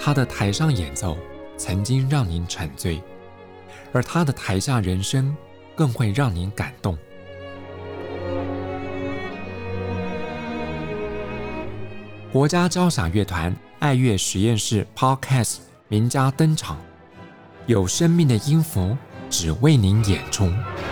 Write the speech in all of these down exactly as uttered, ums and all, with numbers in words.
他的台上演奏曾经让您沉醉，而他的台下人生更会让您感动。国家交响乐团爱乐实验室 Podcast 名家登场，有生命的音符只为您演出。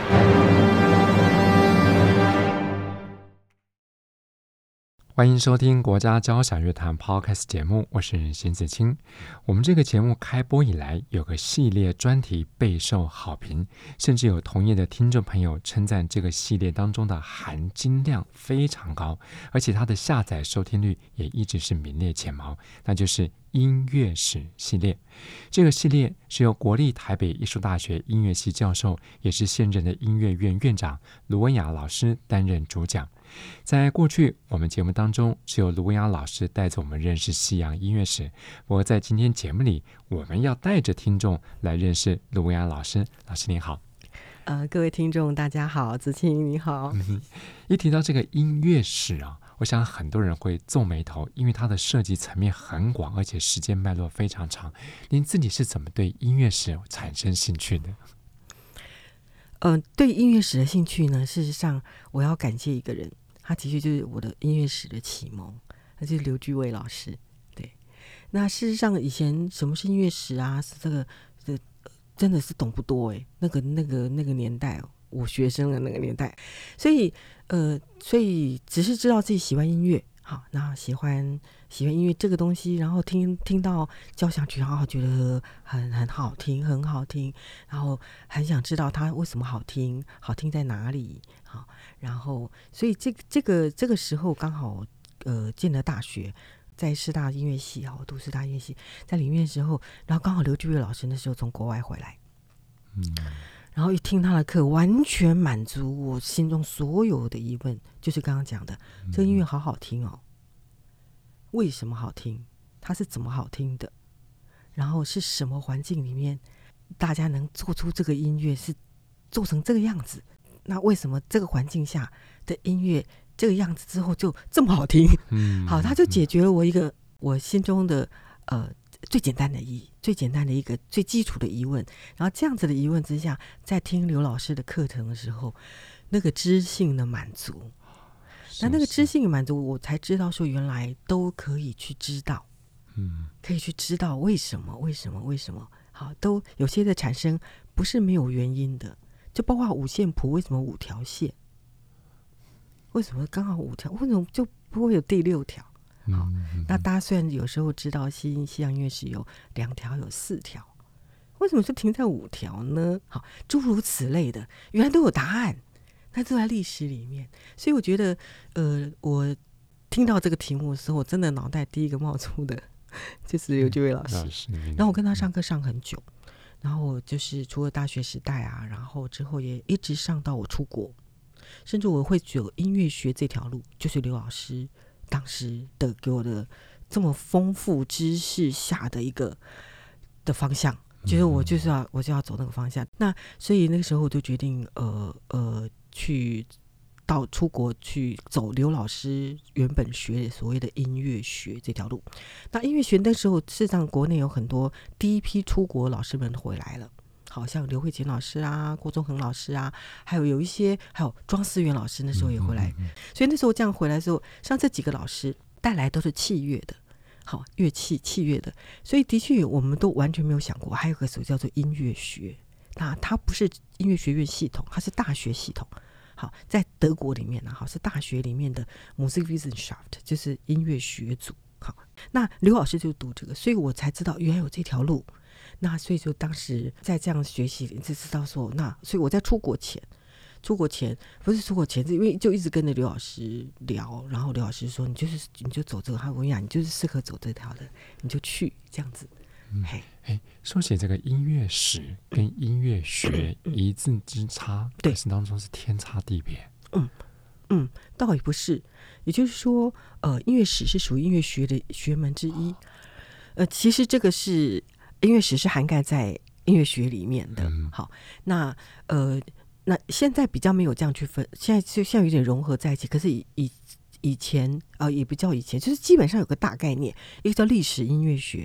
欢迎收听国家交响乐团 Podcast 节目，我是邢子清。我们这个节目开播以来，有个系列专题备受好评，甚至有同业的听众朋友称赞这个系列当中的含金量非常高，而且它的下载收听率也一直是名列前茅，那就是音乐史系列。这个系列是由国立台北艺术大学音乐系教授，也是现任的音乐院院长卢文雅老师担任主讲。在过去我们节目当中是由卢文雅老师带着我们认识西洋音乐史，不过在今天节目里，我们要带着听众来认识卢文雅老师。老师您好。 呃，各位听众大家好，子清你好。 嗯，一提到这个音乐史啊，我想很多人会皱眉头，因为它的涉及层面很广，而且时间脉络非常长。您自己是怎么对音乐史产生兴趣的？ 呃，对音乐史的兴趣呢，事实上我要感谢一个人，他的确就是我的音乐史的启蒙，那就是刘居伟老师。对，那事实上以前什么是音乐史啊，是这个这个真的是懂不多哎，那个那个那个年代，我学生的那个年代，所以呃，所以只是知道自己喜欢音乐。好，那喜欢喜欢音乐这个东西，然后听听到交响曲，然后觉得很很好听，很好听，然后很想知道它为什么好听，好听在哪里。好，然后所以这这个这个时候刚好呃进了大学，在师大音乐系，好，读师大音乐系，在里面的时候，然后刚好刘居伟老师那时候从国外回来，嗯。然后一听他的课，完全满足我心中所有的疑问，就是刚刚讲的，这个音乐好好听哦，为什么好听？它是怎么好听的？然后是什么环境里面，大家能做出这个音乐是做成这个样子？那为什么这个环境下的音乐这个样子之后就这么好听？嗯，好，他就解决了我一个我心中的呃。最简单的疑最简单的一个最基础的疑问，然后这样子的疑问之下，在听刘老师的课程的时候，那个知性的满足，那那个知性的满足，我才知道说原来都可以去知道，嗯，可以去知道为什么为什么为什么，好，都有些的产生不是没有原因的，就包括五线谱为什么五条线，为什么刚好五条，为什么就不会有第六条？好，那大家虽然有时候知道西西洋音乐史有两条有四条，为什么就停在五条呢？好，诸如此类的，原来都有答案，那都在历史里面。所以我觉得，呃，我听到这个题目的时候，我真的脑袋第一个冒出的就是刘居伟老师。然后我跟他上课上很久，然后就是除了大学时代啊，然后之后也一直上到我出国，甚至我会走音乐学这条路，就是刘老师当时的给我的这么丰富知识下的一个的方向，就是我就是要我就要走那个方向。那所以那个时候我就决定呃呃去到出国去走刘老师原本学所谓的音乐学这条路。那音乐学那时候事实上国内有很多第一批出国老师们回来了，好像刘慧琴老师啊、郭宗恒老师啊，还有有一些，还有庄思源老师那时候也回来，嗯嗯嗯，所以那时候这样回来的时候，像这几个老师带来都是器乐的，好，乐器器乐的，所以的确我们都完全没有想过，还有个所叫做音乐学，那它不是音乐学院系统，它是大学系统。好，在德国里面呢，好，是大学里面的 Musikwissenschaft， 就是音乐学组。好，那刘老师就读这个，所以我才知道原来有这条路。那所以就当时在这样学习，就知道说，那所以我在出国前，出国前不是出国前，因为就一直跟着刘老师聊，然后刘老师说，你就是你就走这个，他我跟你讲，你就是适合走这条的，你就去这样子。 嗯，哎，说起这个音乐史跟音乐学一字之差， 对， 可是当中是天差地别。 嗯嗯，倒也不是，也就是说，呃，音乐史是属于音乐学的学门之一。呃，其实这个是音乐史是涵盖在音乐学里面的。嗯、好，那呃，那现在比较没有这样去分，现在就现在有点融合在一起。可是以以以前啊、呃，也不叫以前，就是基本上有个大概念，一个叫历史音乐学，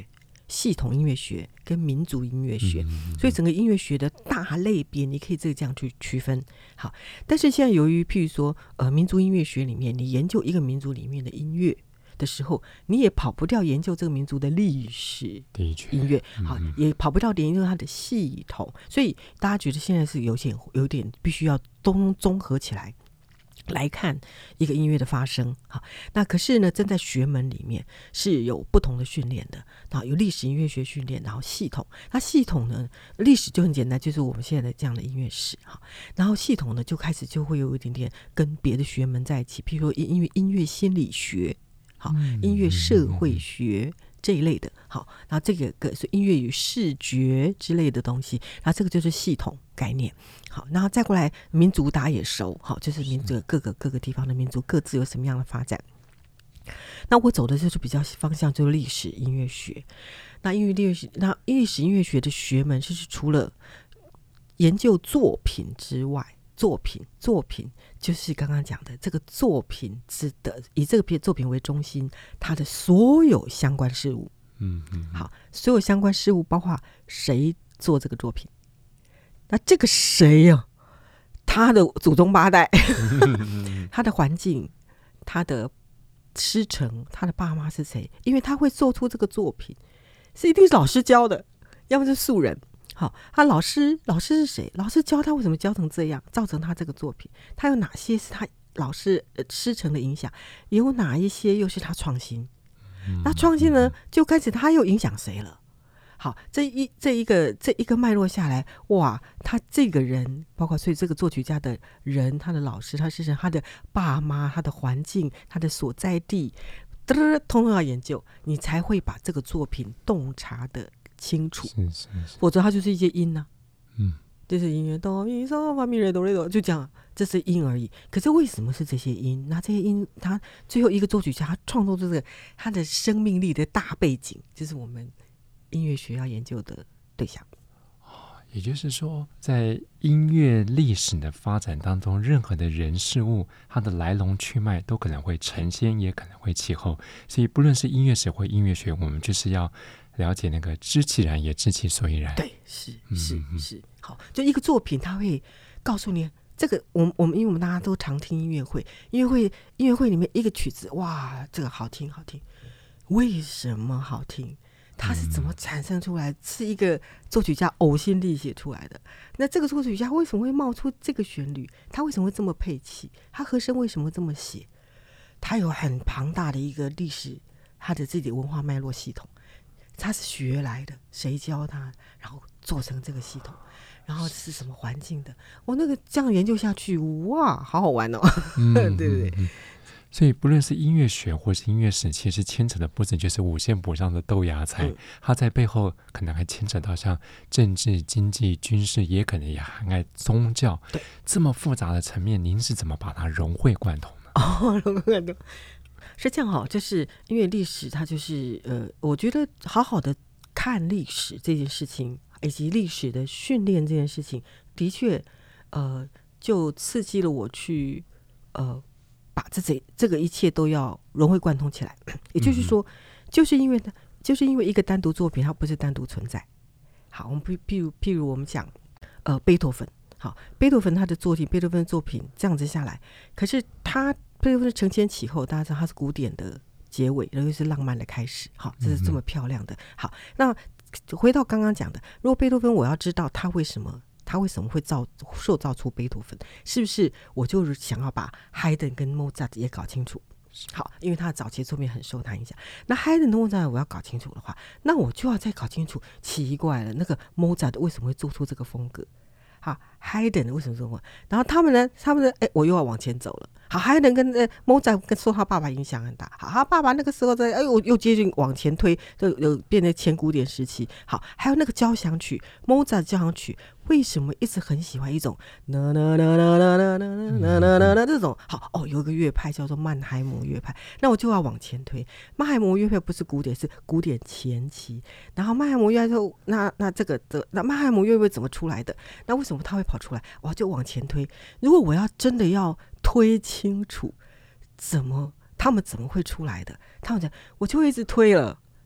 系统音乐学跟民族音乐学， 嗯、 所以整个音乐学的大类别你可以这个这样去区分。好，但是现在由于譬如说呃民族音乐学里面，你研究一个民族里面的音乐的时候，你也跑不掉研究这个民族的历史音乐，好， 嗯、 也跑不掉研究它的系统，所以大家觉得现在是有点有点必须要都综合起来来看一个音乐的发生。好，那可是呢，正在学门里面是有不同的训练的，然后有历史音乐学训练，然后系统。那系统呢，历史就很简单，就是我们现在的这样的音乐史哈。然后系统呢，就开始就会有一点点跟别的学门在一起，譬如说音乐音乐心理学，好，音乐社会学。这一类的，好，然后这个个是音乐与视觉之类的东西，然后这个就是系统概念，好，然后再过来民族大家也熟，好，就是民族各个各个地方的民族各自有什么样的发展。那我走的就是比较方向就是历史音乐学，那因为历史那历史音乐学的学门就是除了研究作品之外。作品，作品就是刚刚讲的这个作品之的，以这个作品为中心，它的所有相关事物， 嗯嗯， 好，所有相关事物包括谁做这个作品，那这个谁啊，他的祖宗八代，他的环境，他的师承，他的爸妈是谁？因为他会做出这个作品，是一定是老师教的，要么是素人。好，他老师老师是谁？老师教他为什么教成这样，造成他这个作品？他有哪些是他老师、呃、师承的影响？有哪一些又是他创新？嗯、那创新呢，就开始他又影响谁了？好，这一这一个这一个脉络下来，哇，他这个人，包括所以这个作曲家的人，他的老师，他师承，他的爸妈，他的环境，他的所在地，通通要研究，你才会把这个作品洞察的。清楚， 是是是， 否则它就是一些音啊， 嗯， 就是音乐哆咪嗦发咪来哆来哆，就这样，这是音而已。可是为什么是这些音？那这些音，他最后一个作曲家他创作出这个他的生命力的大背景，就是我们音乐学要研究的对象。 也就是说，在音乐历史的发展当中，任何的人事物，它的来龙去脉都可能会成先，也可能会气候。所以，不论是音乐史或音乐学，我们就是要了解那个知其然，也知其所以然。 对，是是是。好，就一个作品，它会告诉你这个。我们我们因为我们大家都常听音乐会，音乐会音乐会里面一个曲子，哇，这个好听好听，为什么好听？它是怎么产生出来？是一个作曲家呕心沥血出来的。那这个作曲家为什么会冒出这个旋律？他为什么会这么配器？他和声为什么会这么写？他有很庞大的一个历史，他的自己的文化脉络系统，他是学来的，谁教他？然后做成这个系统，然后是什么环境的？我那个这样研究下去，哇，好好玩哦， 嗯、 对不对？嗯所以不论是音乐学或是音乐史，其实牵扯的不止就是五线谱上的豆芽菜，嗯、它在背后可能还牵扯到像政治、经济、军事，也可能也涵盖宗教。 对， 这么复杂的层面，您是怎么把它融会贯通的？ 哦，融会贯通是这样哈，就是因为历史它就是呃，我觉得好好的看历史这件事情，以及历史的训练这件事情，的确呃，就刺激了我去呃。把这这这个一切都要融会贯通起来，也就是说，嗯、就是因为就是因为一个单独作品，它不是单独存在。好，我们譬譬如譬如我们讲，呃，贝多芬，好，贝多芬他的作品，贝多芬的作品这样子下来，可是他贝多芬的承前启后，大家知道他是古典的结尾，然后又是浪漫的开始，好，这是这么漂亮的。好，那回到刚刚讲的，如果贝多芬我要知道他为什么。他为什么会造塑造出贝多芬？是不是我就是想要把海顿跟莫扎特也搞清楚？好，因为他的早期作品很受他影响。那海顿跟莫扎特我要搞清楚的话，那我就要再搞清楚。奇怪了，那个莫扎特为什么会做出这个风格？好，海顿为什么这么？然后他们呢？他们呢？哎，我又要往前走了。好，海顿跟呃莫扎特跟受他爸爸影响很大。好，他爸爸那个时候在，哎，我又接近往前推，就有变成前古典时期。好，还有那个交响曲，莫扎特交响曲。为什么一直很喜欢一种啦啦啦啦啦啦啦啦啦啦这种？好哦，有一个乐派叫做曼海姆乐派，那我就要往前推。曼海姆乐派不是古典，是古典前期。然后曼海姆乐派说，那那这个的那曼海姆乐派怎么出来的？那为什么它会跑出来？我就往前推。如果我要真的要推清楚，怎么他们怎么会出来的？他们讲，我就会一直推了。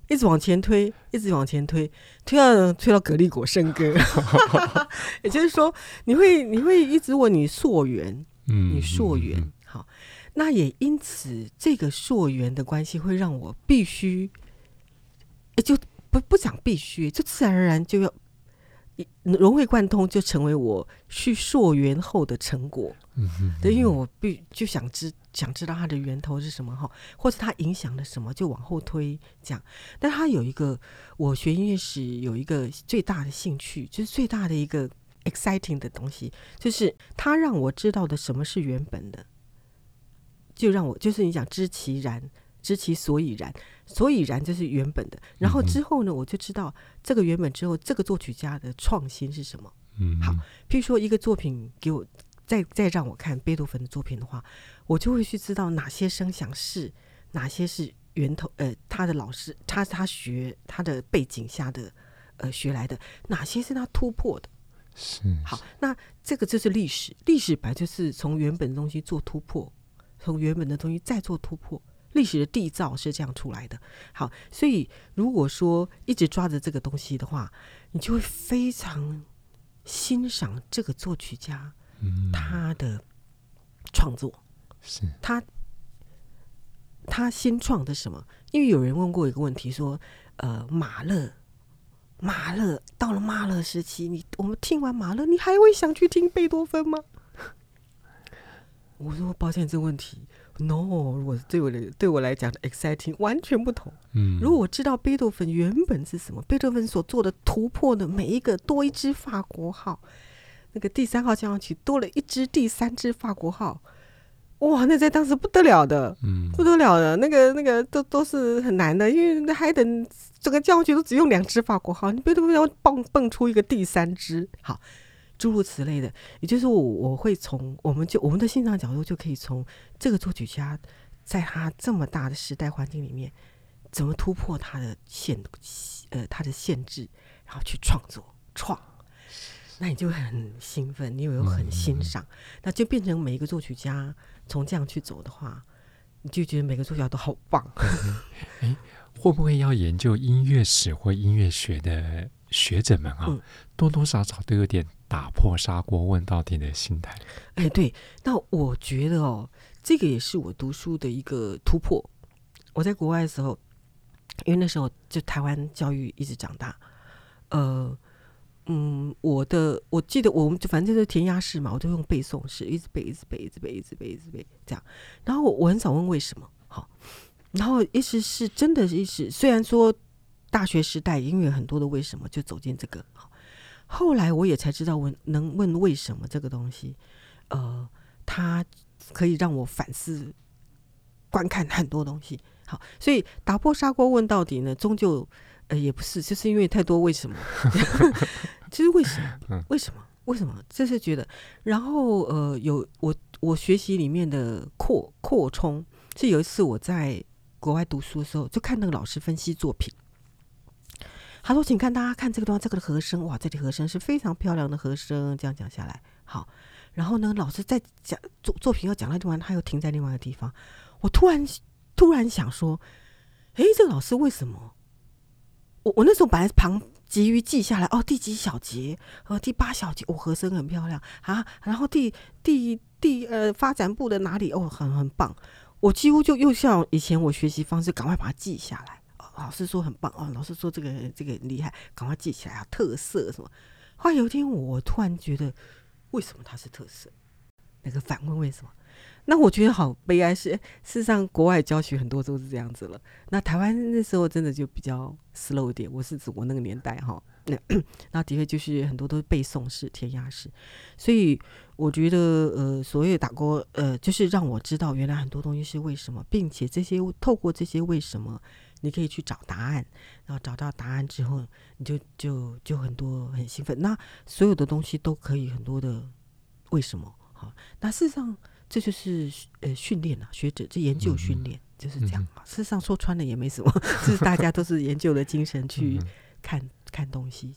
一直往前推，一直往前推，推到推到蛤蜊果生根。也就是说，你会你会一直问你溯源， 嗯， 你溯源、嗯、好，那也因此这个溯源的关系会让我必须，就不不讲必须，就自然而然就要融会贯通，就成为我去溯源后的成果。 嗯哼， 对，因为我必就想知想知道它的源头是什么哈，或者它影响了什么，就往后推这样。但它有一个，我学音乐史有一个最大的兴趣，就是最大的一个 exciting 的东西，就是它让我知道的什么是原本的，就让我就是你讲知其然，知其所以然，所以然就是原本的。然后之后呢，我就知道这个原本之后，这个作曲家的创新是什么。 嗯， 好，譬如说一个作品给我。再再让我看贝多芬的作品的话，我就会去知道哪些声响是哪些是源头，呃，他的老师他他学他的背景下的呃学来的，哪些是他突破的。 是好，那这个就是历史，历史本来就是从原本的东西做突破，从原本的东西再做突破，历史的缔造是这样出来的。好，所以如果说一直抓着这个东西的话，你就会非常欣赏这个作曲家。 嗯、 他的创作是他他新创的什么？因为有人问过一个问题说，呃，马勒，马勒到了马勒时期，你我们听完马勒，你还会想去听贝多芬吗？我说抱歉，这个问题 ，no， 我对我的对我来讲的 exciting 完全不同。 嗯， 如果我知道贝多芬原本是什么，贝多芬所做的突破的每一个多一支法国号。那个第三号交响曲多了一支第三支法国号，哇，那在当时不得了的， 嗯， 不得了的，那个那个都都是很难的，因为那海等整个交响曲都只用两支法国号，你别都要蹦蹦出一个第三支，好，诸如此类的。也就是说我，我会从我们就我们的欣赏角度就可以从这个作曲家在他这么大的时代环境里面，怎么突破他的限呃他的限制，然后去创作创。那你就会很兴奋，你有很欣赏、嗯、那就变成每一个作曲家从这样去走的话，你就觉得每个作曲家都好棒。 哎，会不会要研究音乐史或音乐学的学者们啊、嗯，多多少少都有点打破砂锅问到底的心态？ 哎，对，那我觉得哦，这个也是我读书的一个突破。我在国外的时候，因为那时候就台湾教育一直长大，呃。嗯，我的我记得我们就反正就是填鸭式嘛，我就用背诵式，一直背，一直背，一直背，一直背，一直背这样。然后我我很少问为什么，好，然后意思是真的意思，虽然说大学时代因为很多的为什么就走进这个，好，后来我也才知道我能问为什么这个东西，呃，它可以让我反思观看很多东西。好，所以打破砂锅问到底呢，终究呃也不是，就是因为太多为什么。其实为什么？为什么？为什么？这是觉得，然后呃，有我我学习里面的扩扩充，是有一次我在国外读书的时候，就看那个老师分析作品，他说：“请看大家看这个地方，这个的和声，哇，这里和声是非常漂亮的和声。”这样讲下来，好，然后呢，老师在讲作作品要讲到地方，他又停在另外一个地方，我突然突然想说，哎，这个老师为什么？我我那时候本来旁急于记下来，哦，第几小节，呃，第八小节，哦，和声很漂亮啊，然后第第第呃发展部的哪里，哦，很很棒。我几乎就又像以前我学习方式，赶快把它记下来。哦、老师说很棒哦，老师说这个这个很厉害，赶快记起来啊，特色什么。后来有一天，我突然觉得，为什么它是特色？那个反问为什么？那我觉得好悲哀是，事实上国外教学很多都是这样子了。那台湾那时候真的就比较 slow 一点，我是指我那个年代哈。那那的确就是很多都是背诵式、填鸭式，所以我觉得呃，所谓的打锅呃，就是让我知道原来很多东西是为什么，并且这些透过这些为什么，你可以去找答案，然后找到答案之后，你就就就很多很兴奋。那所有的东西都可以很多的为什么好，那事实上。这就是呃训练啊，学者这研究训练、嗯、就是这样啊。事实上说穿了也没什么，就是大家都是研究的精神去看、嗯、看东西这样。 哇，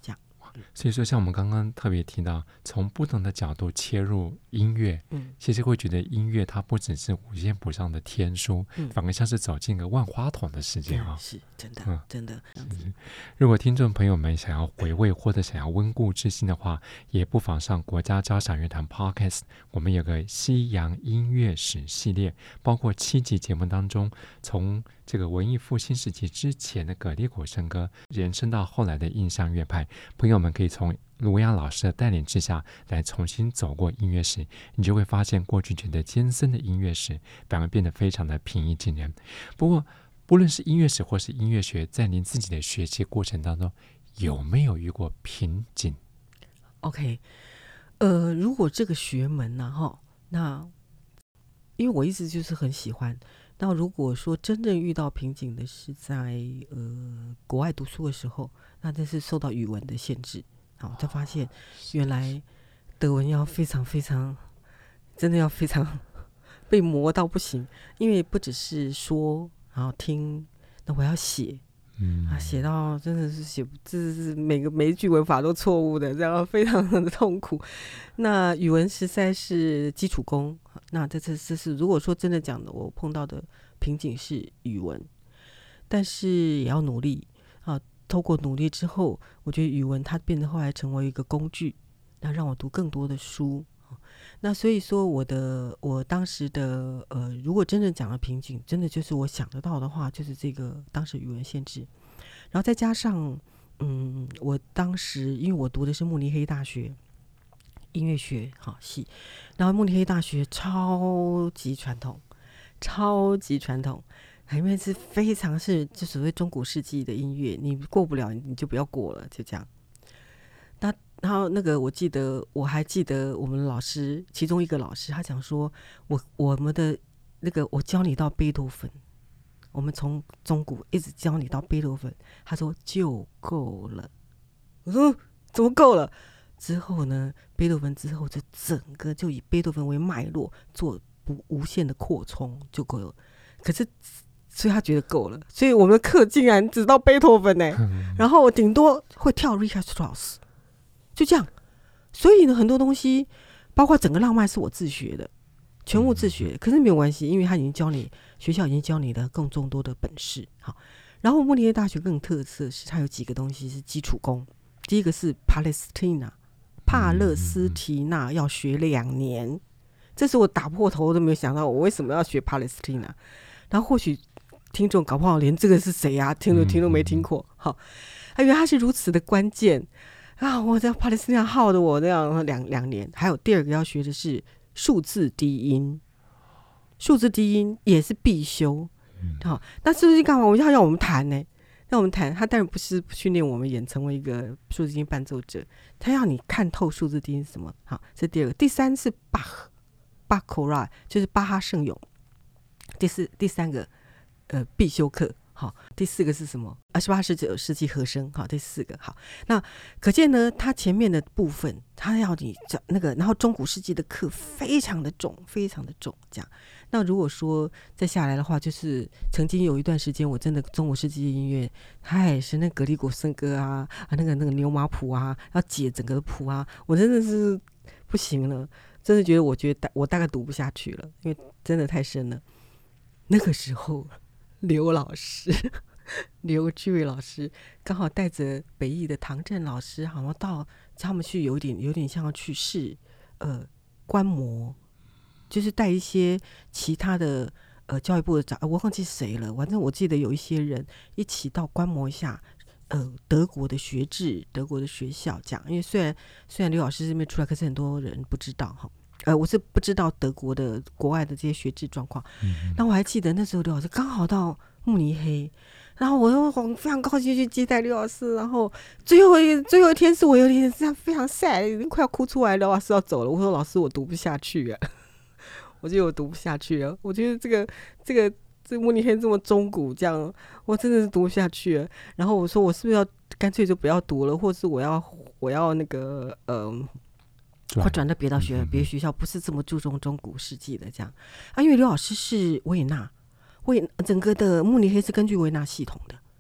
所以说像我们刚刚特别提到，从不同的角度切入音乐， 嗯， 其实会觉得音乐它不只是五线谱上的天书， 嗯反而像是走进个万花筒的世界啊、 嗯是真的， 嗯真的这样子。 如果听众朋友们想要回味或者想要温故知新的话，也不妨上国家交响乐团 Podcast， 我们有个西洋音乐史系列，包括七集节目当中，从这个文艺复兴时期之前的葛利果圣歌延伸到后来的印象乐派，朋友们可以从卢亚老师的带领之下来重新走过音乐史，你就会发现过去觉得艰深的音乐史反而变得非常的平易近人。不过不论是音乐史或是音乐学，在您自己的学习过程当中有没有遇过瓶颈？ OK， 呃，如果这个学门呢、啊，那因为我一直就是很喜欢。那如果说真正遇到瓶颈的是在呃国外读书的时候，那这是受到语文的限制。好，才发现原来德文要非常非常，真的要非常被磨到不行，因为不只是说，然后听，那我要写。 嗯啊，写到真的是写，这是每个每一句文法都错误的，这样非常的痛苦。那语文实在是基础功，那这次这是如果说真的讲的，我碰到的瓶颈是语文，但是也要努力啊。透过努力之后，我觉得语文它变得后来成为一个工具，那让我读更多的书。那所以说我的我当时的呃，如果真正讲了瓶颈，真的就是我想得到的话，就是这个当时语文限制，然后再加上嗯，我当时因为我读的是慕尼黑大学音乐学好系，然后慕尼黑大学超级传统，超级传统，因为是非常是就所谓中古世纪的音乐，你过不了你就不要过了，就这样。那然后那个我记得我还记得我们老师其中一个老师他讲说，我我们的那个我教你到贝多芬，我们从中古一直教你到贝多芬，他说就够了。我说怎么够了？之后呢，贝多芬之后就整个就以贝多芬为脉络做不无限的扩充就够了。可是所以他觉得够了，所以我们的课竟然只到贝多芬呢、欸，然后我顶多会跳 Richard Strauss。就这样，所以呢，很多东西，包括整个浪漫是我自学的，全部自学。可是没有关系，因为他已经教你，学校已经教你的更众多的本事。好，然后慕尼黑大学更特色是，它有几个东西是基础功。第一个是 Palestrina， 帕勒斯提纳要学两年，这是我打破头都没有想到，我为什么要学 Palestrina。然后或许听众搞不好连这个是谁啊，听都听都没听过。好，因为它是如此的关键。啊！我在帕勒斯坦耗的我那样两两年，还有第二个要学的是数字低音，数字低音也是必修。好、嗯，那数字低音干嘛？我要让我们弹呢？让我们弹，他当然不是训练我们演成为一个数字低音伴奏者，他要你看透数字低音是什么。好，这第二个，第三是巴赫巴科拉，就是巴哈圣咏。第四、第三个呃必修课。好，第四个是什么？二十八世纪世纪和声。好，第四个好。那可见呢，它前面的部分，它要你讲那个，然后中古世纪的课非常的重，非常的重。这样，那如果说再下来的话，就是曾经有一段时间，我真的中古世纪音乐，它也是那格里果圣歌啊，啊那个那个牛马谱啊，要解整个的谱啊，我真的是不行了，真的觉得我觉得我大概读不下去了，因为真的太深了。那个时候。刘老师，刘居伟老师刚好带着北艺的唐振老师，好像到他们去有点有点像要去试呃观摩，就是带一些其他的呃教育部的长，我忘记谁了，反正我记得有一些人一起到观摩一下呃德国的学制、德国的学校这样。因为虽然虽然刘老师这边出来，可是很多人不知道哈。呃，我是不知道德国的国外的这些学制状况。嗯，那我还记得那时候刘老师刚好到慕尼黑，然后我又非常高兴去接待刘老师，然后最后一最后一天是我有点这样非常 sad， 已经快要哭出来了，刘老师要走了。我说老师，我读不下去了，我觉得我读不下去了，我觉得这个这个这慕尼黑这么中古，这样我真的是读不下去了。然后我说我是不是要干脆就不要读了，或是我要我要那个呃。或转到别到学别的学校，不是这么注重中古世纪的这样啊。因为刘老师是维也纳，维整个的慕尼黑是根据维也纳系统的，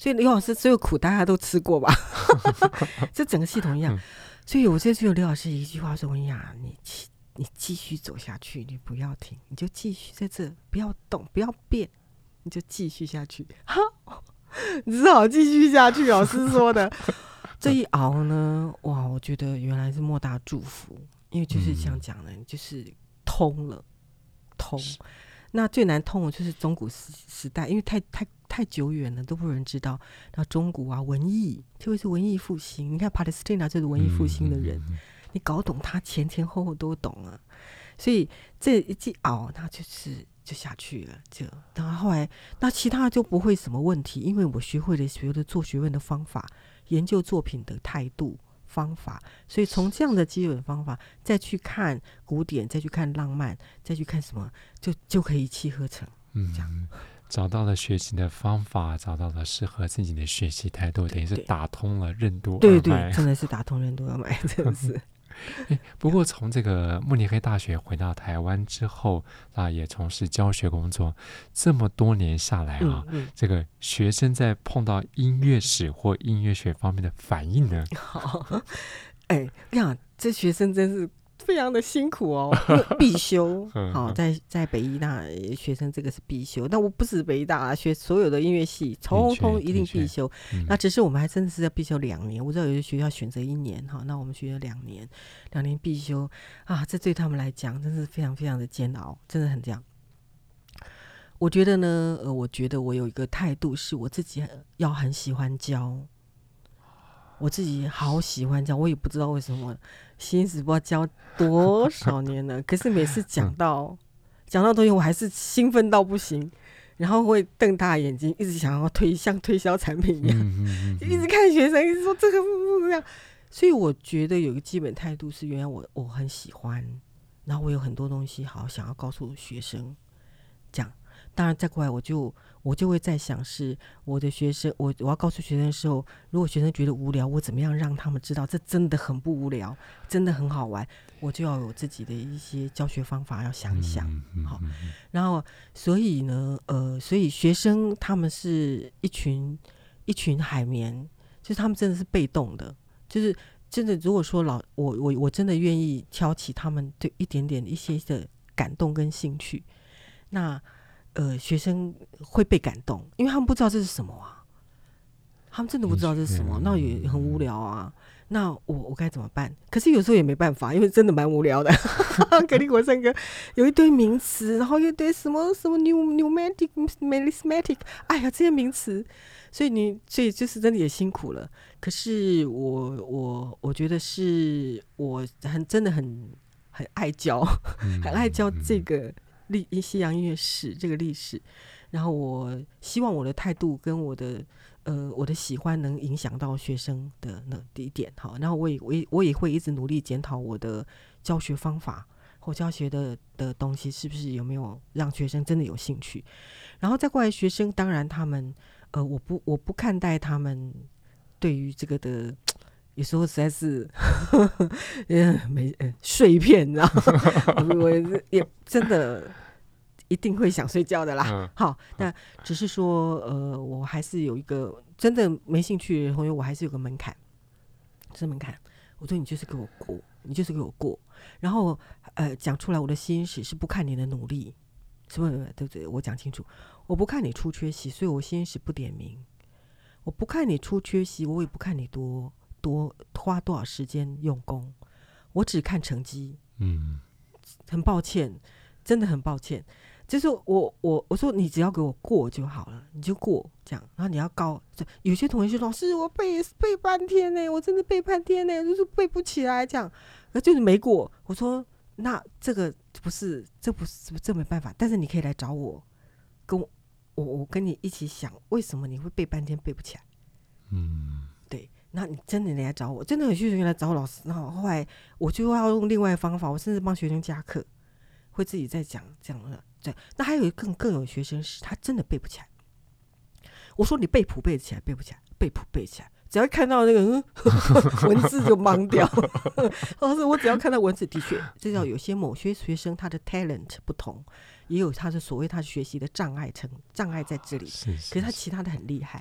所以刘老师所有苦大家都吃过吧？这整个系统一样。所以我这次有刘老师一句话说：“文雅，你你继续走下去，你不要停，你就继续在这，不要动，不要变，你就继续下去。”哈，只好继续下去。老师说的这一熬呢，哇，我觉得原来是莫大祝福，因为就是这样讲的，就是通了，通。那最难通的就是中古时代，因为太太太久远了，都不有人知道。那中古啊，文艺，特别是文艺复兴，你看 Palestina 就是文艺复兴的人，嗯、你搞懂他前前后后都懂啊。所以这一季熬，那就是就下去了，就然后后来那其他就不会什么问题，因为我学会了所有的做学问的方法，研究作品的态度。方法，所以从这样的基本方法再去看古典，再去看浪漫，再去看什么，就就可以一气呵成。嗯，这样找到了学习的方法，找到了适合自己的学习态度，等于是打通了任督二脉。 对对，真的是打通任督二脉，真的是。 不过从这个慕尼黑大学回到台湾之后啊，也从事教学工作，这么多年下来啊，嗯嗯、这个学生在碰到音乐史或音乐学方面的反应呢？ 好，哎呀，这学生真是非常的辛苦哦，必修。好，在在北医大学生这个是必修，但我不止北医大学所有的音乐系，通通一定必修。嗯、那只是我们还真的是要必修两年，我知道有些学校选择一年哈，那我们学校两年，两年必修啊，这对他们来讲真是非常非常的煎熬，真的很这样。我觉得呢，呃，我觉得我有一个态度，是我自己要很喜欢教。我自己好喜欢教，我也不知道为什么，新史不知道教多少年了，可是每次讲到讲到东西，我还是兴奋到不行，然后会瞪大眼睛，一直想要推像推销产品一样，嗯嗯嗯嗯就一直看学生，一直说这个不这样。所以我觉得有一个基本态度是，原来我我很喜欢，然后我有很多东西好想要告诉学生，这样。当然再过来我就我就会在想，是我的学生，我我要告诉学生的时候，如果学生觉得无聊，我怎么样让他们知道这真的很不无聊，真的很好玩，我就要有自己的一些教学方法要想一想。好，然后所以呢呃所以学生他们是一群一群海绵，就是他们真的是被动的，就是真的如果说老我我我真的愿意挑起他们对一点点一些的感动跟兴趣，那呃，学生会被感动，因为他们不知道这是什么啊，他们真的不知道这是什么，那也很无聊啊。那我我该怎么办？可是有时候也没办法，因为真的蛮无聊的。格里国圣歌有一堆名词，然后一堆什么什么 pneumatic melismatic， 哎呀，这些名词，所以你所以就是真的也辛苦了。可是我我我觉得是我很真的很很爱教，很爱教这个。西洋音乐史这个历史，然后我希望我的态度跟我的呃我的喜欢能影响到学生的那第一点好，然后我也我也我也会一直努力检讨我的教学方法或教学的的东西是不是有没有让学生真的有兴趣，然后再过来学生，当然他们呃我不我不看待他们对于这个的。有时候实在是没碎片，你知道吗？我也真的一定会想睡觉的啦。嗯、好，那只是说，呃，我还是有一个真的没兴趣的同学，我还是有个门槛，这门槛。我说你就是给我过，你就是给我过。然后，呃，讲出来我的心史是不看你的努力，是不是？对不对？我讲清楚，我不看你出缺席，所以我心史不点名。我不看你出缺席，我也不看你多。多花多少时间用功，我只看成绩。嗯，很抱歉，真的很抱歉。就是我我我说你只要给我过就好了，你就过这样。然后你要高，有些同学说老师我背背半天呢，我真的背半天呢，就是背不起来这样，那就是没过。我说那这个不是，这不是这没办法，但是你可以来找我，跟我我我跟你一起想，为什么你会背半天背不起来？嗯。那你真的你来找我，真的有些学生来找我老师，然后后来我就要用另外的方法，我甚至帮学生加课，会自己在讲这样的。对，那还有一个更更有学生是他真的背不起来。我说你背谱背起来，背不起来，背谱背起来，只要看到那个、嗯、文字就懵掉。老师，我只要看到文字，的确，这叫有些某些学生他的 talent 不同，也有他的所谓他学习的障碍成障碍在这里，是是是，可是他其他的很厉害。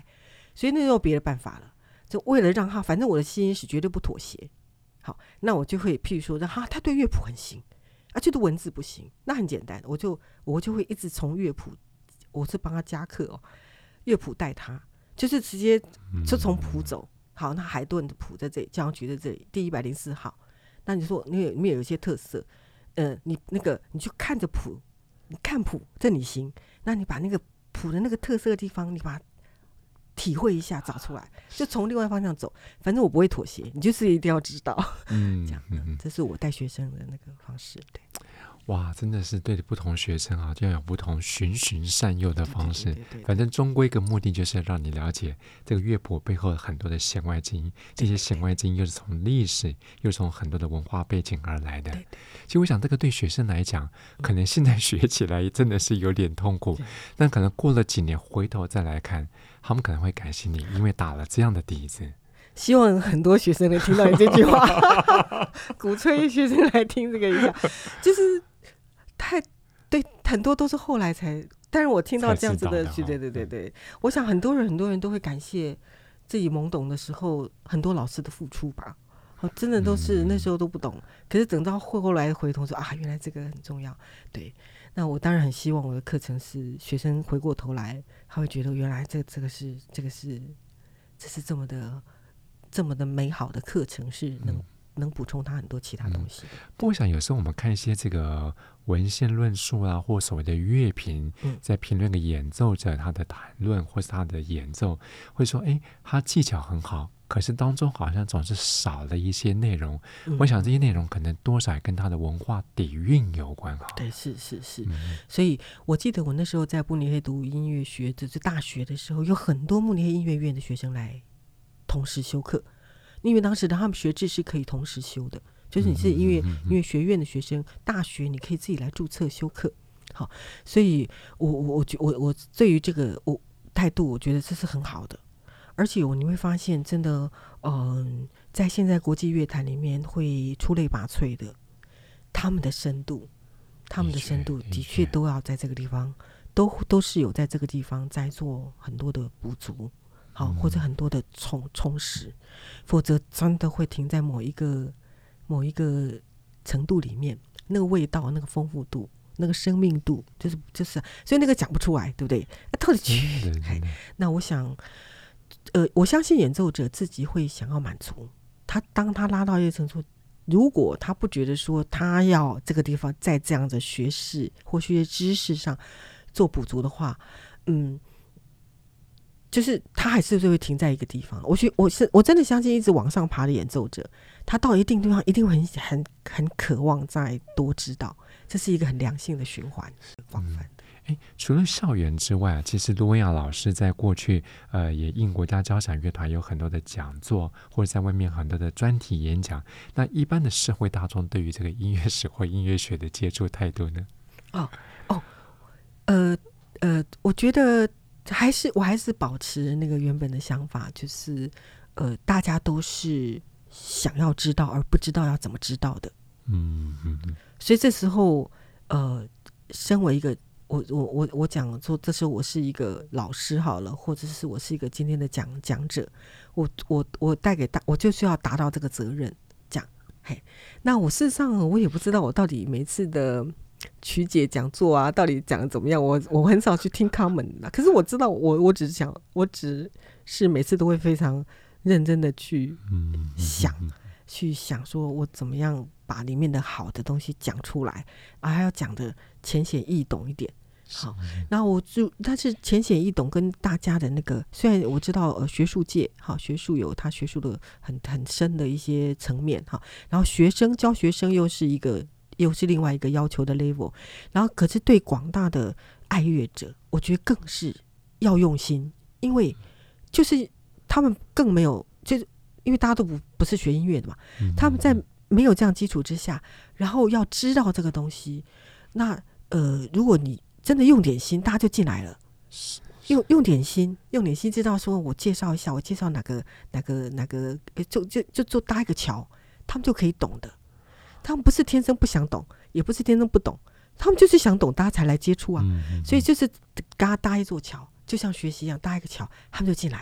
所以那就有别的办法了，就为了让他，反正我的吸音室绝对不妥协，好，那我就会譬如说让他他对乐谱很行啊，觉得文字不行，那很简单，我就我就会一直从乐谱，我是帮他加课哦，乐谱带他，就是直接就从谱走。好，那海顿的谱在这里，交响曲在这里，第一百零四号。那你说那个里面有一些特色，呃，你那个你就看着谱，你看谱这你行，那你把那个谱的那个特色的地方，你把它体会一下，找出来，就从另外方向走。反正我不会妥协，你就是一定要知道，嗯，这样的，这是我带学生的那个方式，对。 哇，真的是对不同学生啊，就要有不同循循善诱的方式。 对对对对对， 反正终归一个目的就是让你了解这个乐谱背后很多的弦外之音，这些弦外之音又是从历史，又是从很多的文化背景而来的。 对对对， 其实我想，这个对学生来讲，可能现在学起来真的是有点痛苦，但可能过了几年回头再来看，他们可能会感谢你，因为打了这样的底子。 希望很多学生能听到你这句话，鼓吹学生来听这个一下，就是太对，很多都是后来才，但是我听到这样子的， 的对对对对，我想很多人很多人都会感谢自己懵懂的时候很多老师的付出吧，真的都是那时候都不懂，可是等到后来回头说啊，原来这个很重要，对。那我当然很希望我的课程是学生回过头来，他会觉得原来这这个是这个是这是这么的。这么的美好的课程是能、嗯、能补充他很多其他东西的、嗯、 不过我想有时候我们看一些这个文献论述啊，或所谓的乐评、嗯、在评论个演奏者他的谈论或是他的演奏，会说哎，他技巧很好，可是当中好像总是少了一些内容、嗯、我想这些内容可能多少跟他的文化底蕴有关。 对，是是是、嗯、所以我记得我那时候在慕尼黑读音乐学，就是大学的时候，有很多慕尼黑音乐院的学生来同时修课，因为当时的他们学制是可以同时修的，就是你是音乐、嗯、音乐学院的学生，大学你可以自己来注册修课。好，所以我我我我对于这个我态度，我觉得这是很好的。而且我你会发现，真的，嗯、呃，在现在国际乐坛里面会出类拔萃的，他们的深度，他们的深度的确都要在这个地方，都都是有在这个地方在做很多的补足。好，或者很多的充充实，否则真的会停在某一个某一个程度里面，那个味道、那个丰富度、那个生命度，就是就是，所以那个讲不出来，对不对？那到底去？那我想，呃，我相信演奏者自己会想要满足他，当他拉到一个程度，如果他不觉得说他要这个地方在这样的学识或学知识上做补足的话，嗯。就是他还是会停在一个地方，我觉我是我真的相信，一直往上爬的演奏者，他到一定地方一定会很很很渴望再多知道，这是一个很良性的循环，广泛的。 嗯，除了校园之外啊，其实罗文雅老师在过去呃也应国家交响乐团有很多的讲座，或者在外面很多的专题演讲。那一般的社会大众对于这个音乐史或音乐学的接触态度呢？ 哦哦，呃呃，我觉得。还是我还是保持那个原本的想法，就是呃，大家都是想要知道而不知道要怎么知道的。嗯嗯嗯。所以这时候呃，身为一个我我我我讲说，这时候我是一个老师好了，或者是我是一个今天的讲讲者，我我我带给大，我就是要达到这个责任。讲，嘿，那我事实上我也不知道我到底每次的。曲解讲座啊，到底讲的怎么样？我我很少去听他们的，可是我知道我，我我只是想，我只是每次都会非常认真的去想，嗯嗯嗯、去想说我怎么样把里面的好的东西讲出来，啊，还要讲的浅显易懂一点。好，然后我就，但是浅显易懂跟大家的那个，虽然我知道呃学术界，好，学术有他学术的很很深的一些层面哈，然后学生教学生又是一个。又是另外一个要求的 level， 然后可是对广大的爱乐者，我觉得更是要用心，因为就是他们更没有，就是因为大家都不不是学音乐的嘛，嗯、他们在没有这样基础之下，然后要知道这个东西，那呃，如果你真的用点心，大家就进来了，用用点心，用点心，知道说我介绍一下，我介绍哪个哪个哪个，就就就就搭一个桥，他们就可以懂的。他们不是天生不想懂，也不是天生不懂，他们就是想懂，大家才来接触啊。嗯嗯嗯，所以就是跟他搭一座桥，就像学习一样，搭一个桥，他们就进来了。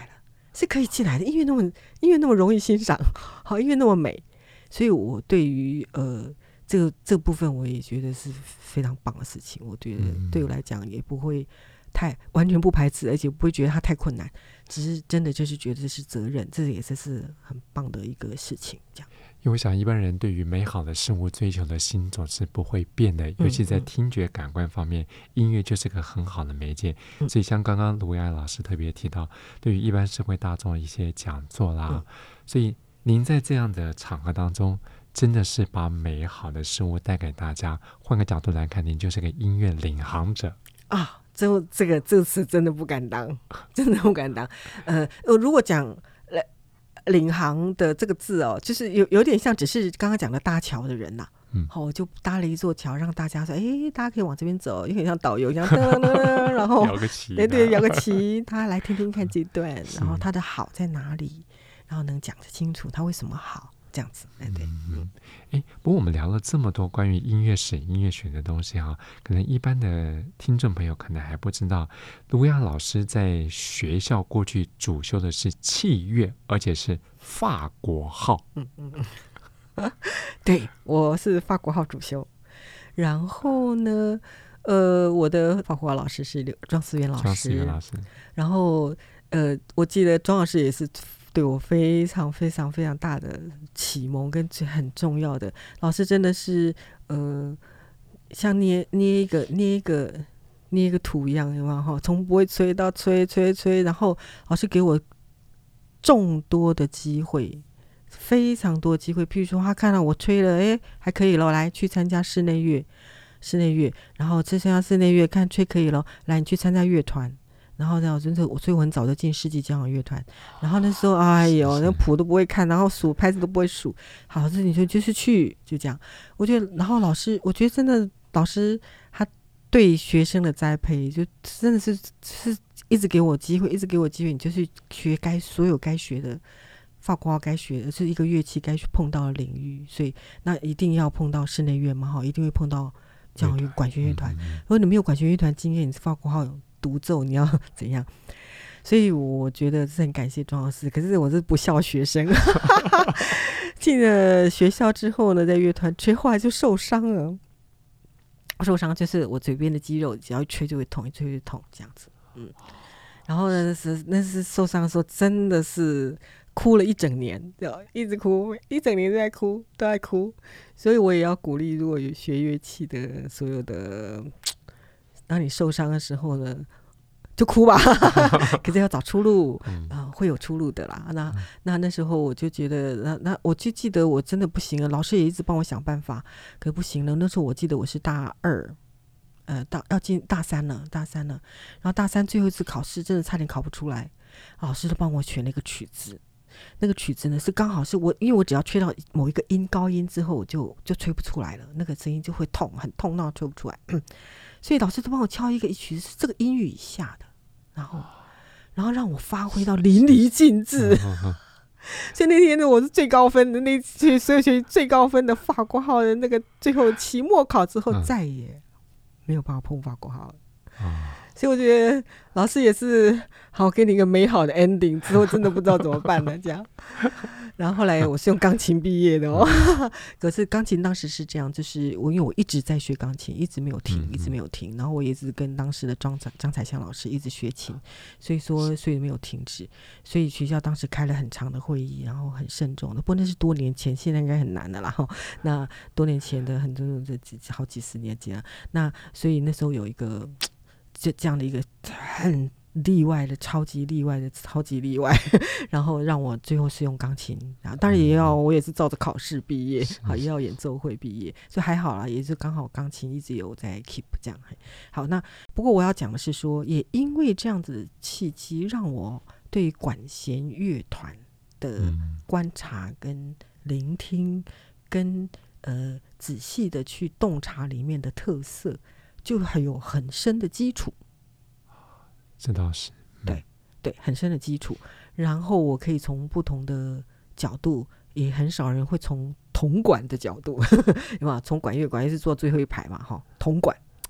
是可以进来的。音乐那么音乐那么容易欣赏，好，音乐那么美，所以我对于呃这个这个部分，我也觉得是非常棒的事情。我觉得对我来讲也不会太完全不排斥，而且不会觉得它太困难，只是真的就是觉得这是责任，这也是是很棒的一个事情。这样， 因为我想一般人对于美好的事物追求的心总是不会变的，尤其在听觉感官方面，嗯嗯、音乐就是个很好的媒介。嗯、所以像刚刚卢雅老师特别提到，对于一般社会大众的一些讲座啦，嗯、所以您在这样的场合当中，真的是把美好的事物带给大家。换个角度来看，您就是个音乐领航者啊。这这个这个词真的不敢当，真的不敢当。呃，如果讲领航的这个字哦，就是有有点像只是刚刚讲的搭桥的人呐、啊。嗯，好，我就搭了一座桥，让大家说，哎，大家可以往这边走，有点像导游一样，然后摇个旗， 对对，摇个旗，他来听听看这段，然后他的好在哪里，然后能讲得清楚他为什么好。这样子，哎，对， 嗯，哎，不过我们聊了这么多关于音乐史、音乐学的东西哈，可能一般的听众朋友可能还不知道，卢雅老师在学校过去主修的是器乐，而且是法国号。 嗯嗯嗯，对，我是法国号主修。然后呢，呃，我的法国号老师是庄思源老师， 庄思源老师。 然后，呃，我记得庄老师也是对我非常非常非常大的启蒙跟很重要的老师，真的是呃像捏捏一个捏一个捏一个土一样，有没有？从不会吹到吹吹吹，然后老师给我众多的机会，非常多机会。譬如说他看到我吹了，哎，还可以了，来去参加室内乐室内乐，然后参加室内乐看吹可以了，来你去参加乐团。然后呢，真的，我所以我很早就进世纪交响乐团。然后那时候，哎呦，那谱都不会看，然后数拍子都不会数。好，这你说就是去，就这样。我觉得，然后老师，我觉得真的老师他对学生的栽培，就真的是是一直给我机会，一直给我机会，你就是学该所有该学的法国号该学的，是一个乐器该去碰到的领域。所以那一定要碰到室内乐嘛，哈，一定会碰到交响乐管弦乐团。如果你没有管弦乐团经验，你是法国号有独奏，你要怎样？所以我觉得是很感谢庄老师。可是我是不孝学生，进了学校之后呢，在乐团吹，后来就受伤了。受伤就是我嘴边的肌肉，只要一吹就会痛，一吹就会痛这样子。嗯，然后呢，是那是受伤的时候，真的是哭了一整年，一直哭，一整年都在哭，都在哭。所以我也要鼓励，如果有学乐器的所有的。当你受伤的时候呢，就哭吧，可是要找出路，嗯呃、会有出路的啦。那那那时候我就觉得，那那我就记得我真的不行了，老师也一直帮我想办法，可不行了。那时候我记得我是大二，呃，大要进大三了，大三了。然后大三最后一次考试，真的差点考不出来，老师都帮我选了一个曲子。那个曲子呢是刚好是我，因为我只要吹到某一个音高音之后，我就就吹不出来了，那个声音就会痛，很痛，那吹不出来。所以老师都帮我敲一个曲子是这个音域以下的，然后然后让我发挥到淋漓尽致。所以那天呢，我是最高分的，那次所有学最高分的法国号的那个最后期末考之后，再也没有办法碰法国号了。所以我觉得老师也是好给你一个美好的 ending， 之后真的不知道怎么办了这样。然后后来我是用钢琴毕业的哦，可是钢琴当时是这样，就是我因为我一直在学钢琴，一直没有停，一直没有停，然后我也是跟当时的张张彩香老师一直学琴，所以说所以没有停止，所以学校当时开了很长的会议，然后很慎重的，不过那是多年前，现在应该很难的啦。那多年前的很多这好几十年前，那所以那时候有一个这这样的一个很例外的超级例外的超级例外然后让我最后是用钢琴，然后当然也要我也是照着考试毕业，好也要演奏会毕业，所以还好啦，也是刚好钢琴一直有在 keep 这样。好，那不过我要讲的是说，也因为这样子的契机，让我对管弦乐团的观察跟聆听跟呃仔细的去洞察里面的特色，就很有很深的基础。 这倒是、 嗯、对对，很深的基础。然后我可以从不同的角度，也很少人会从铜管的角度有没有？从管乐管乐是坐最后一排嘛，哈，铜管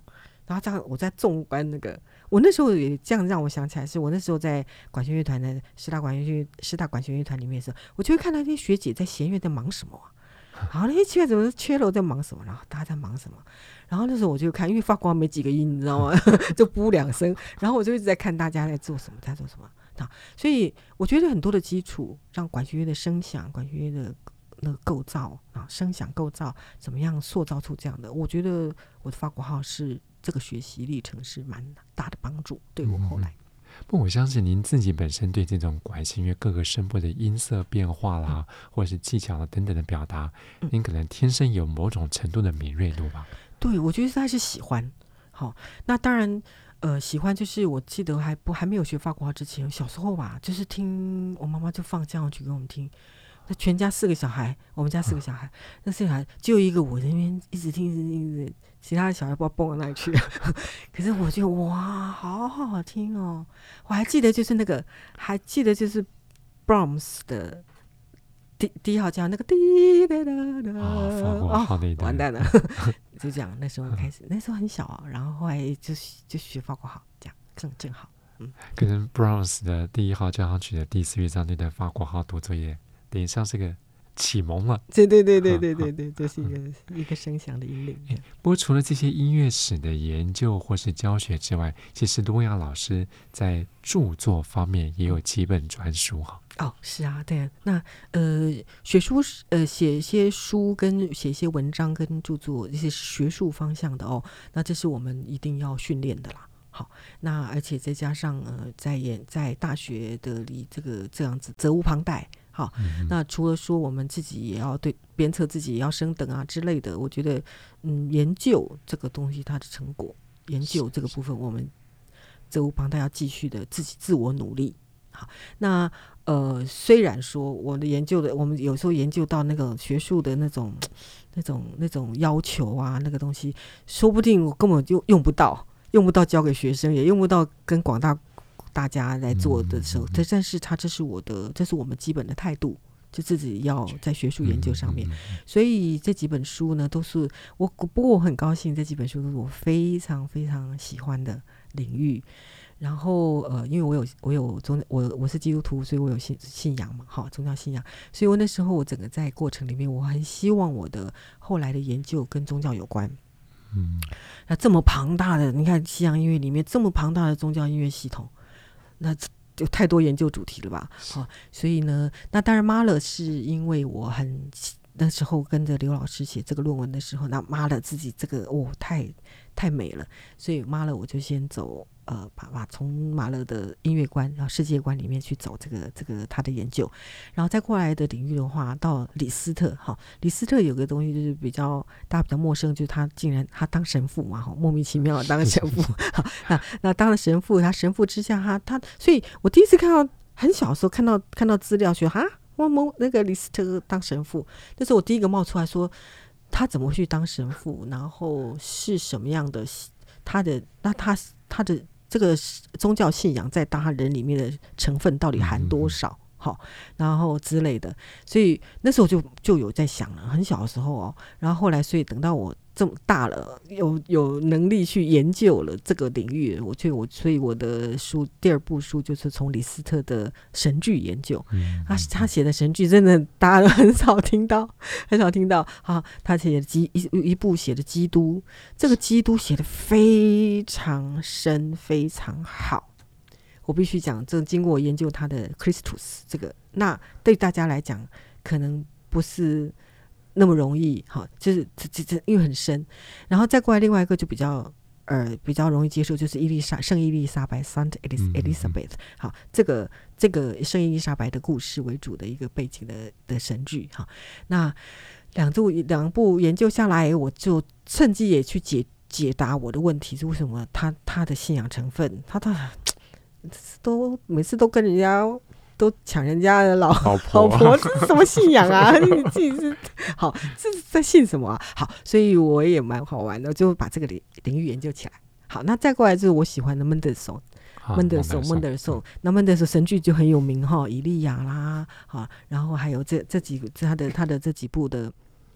然后这样我在纵观那个，我那时候也这样让我想起来，是我那时候在管弦乐团的师大管弦乐师大管弦乐团里面的时候，我就会看到那些学姐在弦乐在忙什么啊。然后那些奇怪怎么缺楼在忙什么，然后大家在忙什么，然后那时候我就看，因为发光没几个音你知道吗就噗两声，然后我就一直在看大家在做什么在做什么啊，所以我觉得很多的基础让管弦乐的声响管弦乐的那个构造啊，声响构造怎么样塑造出这样的，我觉得我的法国号是这个学习历程是蛮大的帮助对我后来、嗯不，我相信您自己本身对这种管弦乐各个声部的音色变化啦、嗯、或者是技巧等等的表达、嗯、您可能天生有某种程度的敏锐度吧。 对，我觉得他是喜欢。好，那当然呃，喜欢就是我记得还不还没有学法国话之前，小时候吧，就是听我妈妈就放交响曲给我们听，那全家四个小孩，我们家四个小孩、嗯、那四个小孩就一个我在那边一直听一直听一直，其他的小孩不知道蹦到哪里去了可是我觉得哇好好听哦，我还记得就是那个还记得就是 Brahms 的第第一号交那个滴哒哒哒哦， 完蛋了就这样，那时候开始、嗯、那时候很小啊，然后后来就就学法国号，这样正正好。嗯， 可能 Brahms 的第一号交响曲的第四乐章那段法国号独奏也等于像是个启蒙了。 对对对对对对对，这、就是一个、嗯、一个声响的引领。 不过除了这些音乐史的研究或是教学之外，其实多亚老师在著作方面也有几本专书哈。 哦，是啊，对啊，那呃，学书呃，写一些书跟写一些文章跟著作，这些学术方向的哦，那这是我们一定要训练的啦。好，那而且再加上呃，在演在大学的里这个这样子责无旁贷。好、嗯，那除了说我们自己也要对鞭策自己也要升等啊之类的，我觉得嗯，研究这个东西它的成果，研究这个部分我们责无旁贷要继续的自己自我努力。好，那呃，虽然说我的研究的，我们有时候研究到那个学术的那种、那种、那种要求啊，那个东西，说不定我根本就用不到，用不到教给学生，也用不到跟广大大家来做的时候。嗯、但是它这是我的，这是我们基本的态度，就自己要在学术研究上面。嗯、所以这几本书呢，都是我，不过我很高兴，这几本书都是我非常非常喜欢的领域。然后呃，因为我有我有宗我我是基督徒，所以我有信信仰嘛，好，宗教信仰，所以我那时候我整个在过程里面，我很希望我的后来的研究跟宗教有关。嗯，那这么庞大的，你看西洋音乐里面这么庞大的宗教音乐系统，那有太多研究主题了吧？好，所以呢，那当然妈了是因为我很那时候跟着刘老师写这个论文的时候，那妈了自己这个哦太太美了，所以妈了我就先走。呃，把把从马勒的音乐观然后世界观里面去走这个这个他的研究，然后再过来的领域的话，到李斯特哈，李斯特有个东西就是比较大家比较陌生，就是他竟然他当神父嘛，莫名其妙当神父，好，那那当了神父，他神父之下他他，所以我第一次看到很小的时候看到看到资料说哈，我某那个李斯特当神父，那是我第一个冒出来说他怎么去当神父，然后是什么样的他的那他他的。这个宗教信仰在他人里面的成分到底含多少？好，然后之类的，所以那时候就就有在想了，很小的时候哦，然后后来，所以等到我这么大了，有有能力去研究了这个领域，我就我所以我的书第二部书就是从李斯特的神剧研究，嗯、他他写的神剧真的大家都很少听到，很少听到啊，他写的基一一部写的基督，这个基督写的非常深，非常好。我必须讲，这经过我研究他的 Christus 这个，那对大家来讲可能不是那么容易，好，就是这这这因为很深，然后再过来另外一个就比较呃比较容易接受，就是伊丽莎圣伊丽莎白 Saint Elizabeth， 好，这个这个圣伊丽莎白的故事为主的一个背景的的神剧，好，那两部两部研究下来，我就趁机也去解解答我的问题，是为什么他他的信仰成分，他他。都每次都跟人家都抢人家的老老婆， 老婆这是什么信仰啊？你自己是好，这是在信什么啊？好，所以我也蛮好玩的，就把这个领领域研究起来。好，那再过来就是我喜欢的门德松，门德松，门德松，那门德松神剧就很有名哈，以利亚啦，好，然后还有这这几他的他的这几部的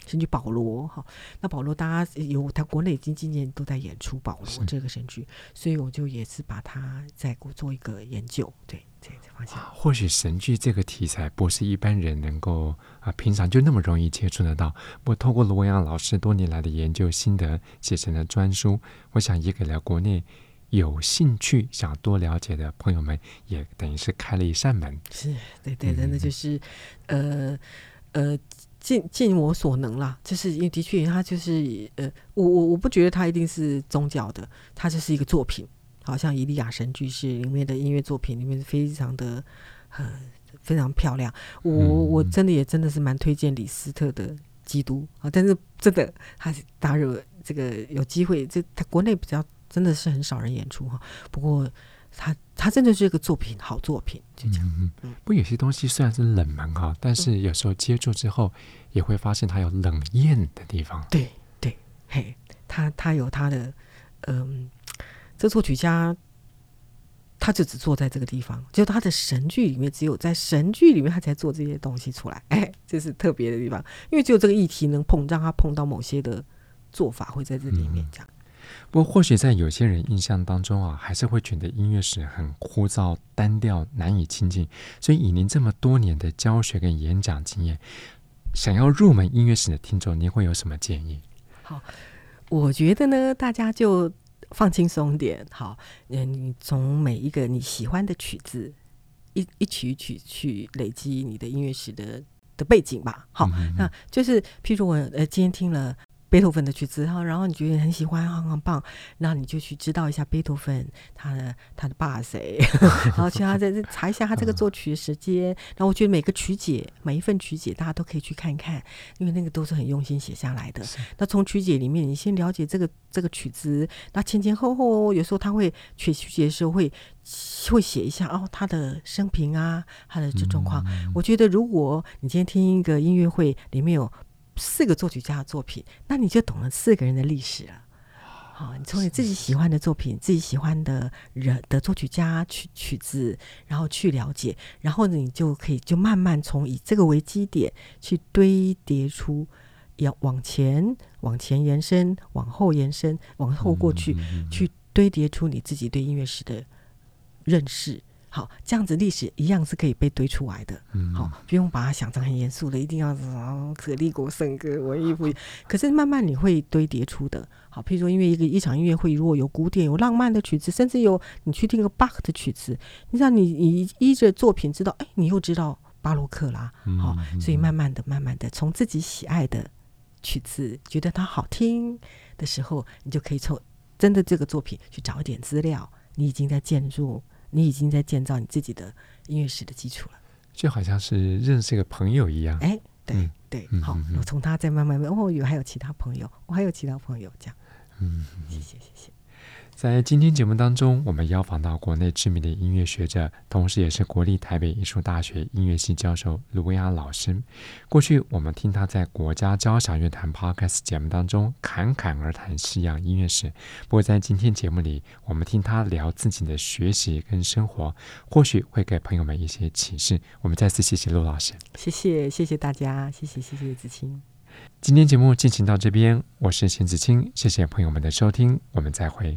神剧保罗哈。那保罗大家有，他国内已经今年都在演出保罗这个神剧，所以我就也是把它再做一个研究，对。 或许神剧这个题材不是一般人能够啊平常就那么容易接触得到，不过透过罗文阳老师多年来的研究心得写成了专书，我想也给了国内有兴趣想多了解的朋友们，也等于是开了一扇门。 是，对对，真的就是、嗯、呃呃尽尽我所能啦，就是因为的确它就是呃，我我我不觉得它一定是宗教的，它就是一个作品。好像以利亚神剧是里面的音乐作品里面非常的呃非常漂亮，我我真的也真的是蛮推荐李斯特的基督啊，但是真的他大热这个有机会，这他国内比较真的是很少人演出哈，不过他他真的是一个作品，好作品，就这样。 嗯嗯，不过有些东西虽然是冷门哈，但是有时候接触之后也会发现它有冷艳的地方。 对对，嘿，他他有他的嗯。这作曲家他就只坐在这个地方，就他的神剧里面只有在神剧里面他才做这些东西出来，哎，这是特别的地方，因为只有这个议题能碰，让他碰到某些的做法会在这里面这样、嗯、 不过或许在有些人印象当中啊，还是会觉得音乐史很枯燥单调难以亲近，所以以您这么多年的教学跟演讲经验，想要入门音乐史的听众您会有什么建议？ 好，我觉得呢大家就放轻松点，好，你从每一个你喜欢的曲子一一曲一曲去累积你的音乐史的的背景吧。好，嗯、那就是譬如我呃今天听了贝多芬的曲子，然后你觉得很喜欢，很很棒，然后你就去知道一下贝多芬他的他的爸谁，然后去他再查一下他这个作曲的时间，然后我觉得每个曲解每一份曲解大家都可以去看看，因为那个都是很用心写下来的。那从曲解里面你先了解这个这个曲子，那前前后后有时候他会写曲解的时候会会写一下哦他的生平啊，他的这状况、嗯、我觉得如果你今天听一个音乐会里面有四个作曲家的作品，那你就懂了四个人的历史了。好，你从你自己喜欢的作品，自己喜欢的人的作曲家曲曲子，然后去了解，然后你就可以就慢慢从以这个为基点去堆叠出，要往前往前延伸，往后延伸，往后过去，嗯、去堆叠出你自己对音乐史的认识。好，这样子历史一样是可以被堆出来的。嗯，好，不用把它想成很严肃的，一定要可立国圣歌文艺复兴。可是慢慢你会堆叠出的。好，譬如说，因为一个一场音乐会，如果有古典、有浪漫的曲子，甚至有你去听个巴赫的曲子，你知道你你依着作品知道，哎，你又知道巴洛克啦。好，所以慢慢的、慢慢的，从自己喜爱的曲子，觉得它好听的时候，你就可以从真的这个作品去找一点资料，你已经在建筑。你已经在建造你自己的音乐史的基础了， 就好像是认识一个朋友一样。 哎，对、嗯、对、嗯，好，我从他再慢慢哦，有还有其他朋友，我还有其他朋友这样。嗯，谢谢谢谢。 在今天节目当中，我们邀访到国内知名的音乐学者，同时也是国立台北艺术大学音乐系教授卢文雅老师。过去我们听他在国家交响乐团 Podcast 节目当中侃侃而谈西洋音乐史，不过在今天节目里，我们听他聊自己的学习跟生活，或许会给朋友们一些启示。我们再次谢谢陆老师。 谢谢谢谢大家，谢谢谢谢子清。 今天节目进行到这边，我是贤子清，谢谢朋友们的收听，我们再会。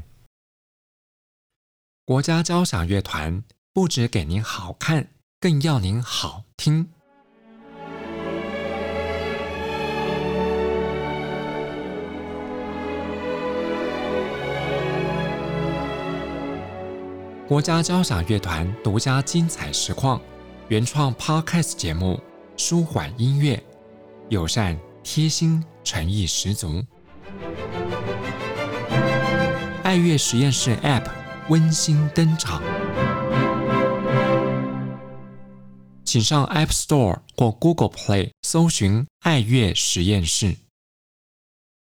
国家交响乐团不只给您好看，更要您好听。国家交响乐团独家精彩实况，原创 Podcast 节目，舒缓音乐，友善贴心，诚意十足。爱乐实验室 App温馨登场，请上 App Store 或 Google Play 搜寻爱乐实验室。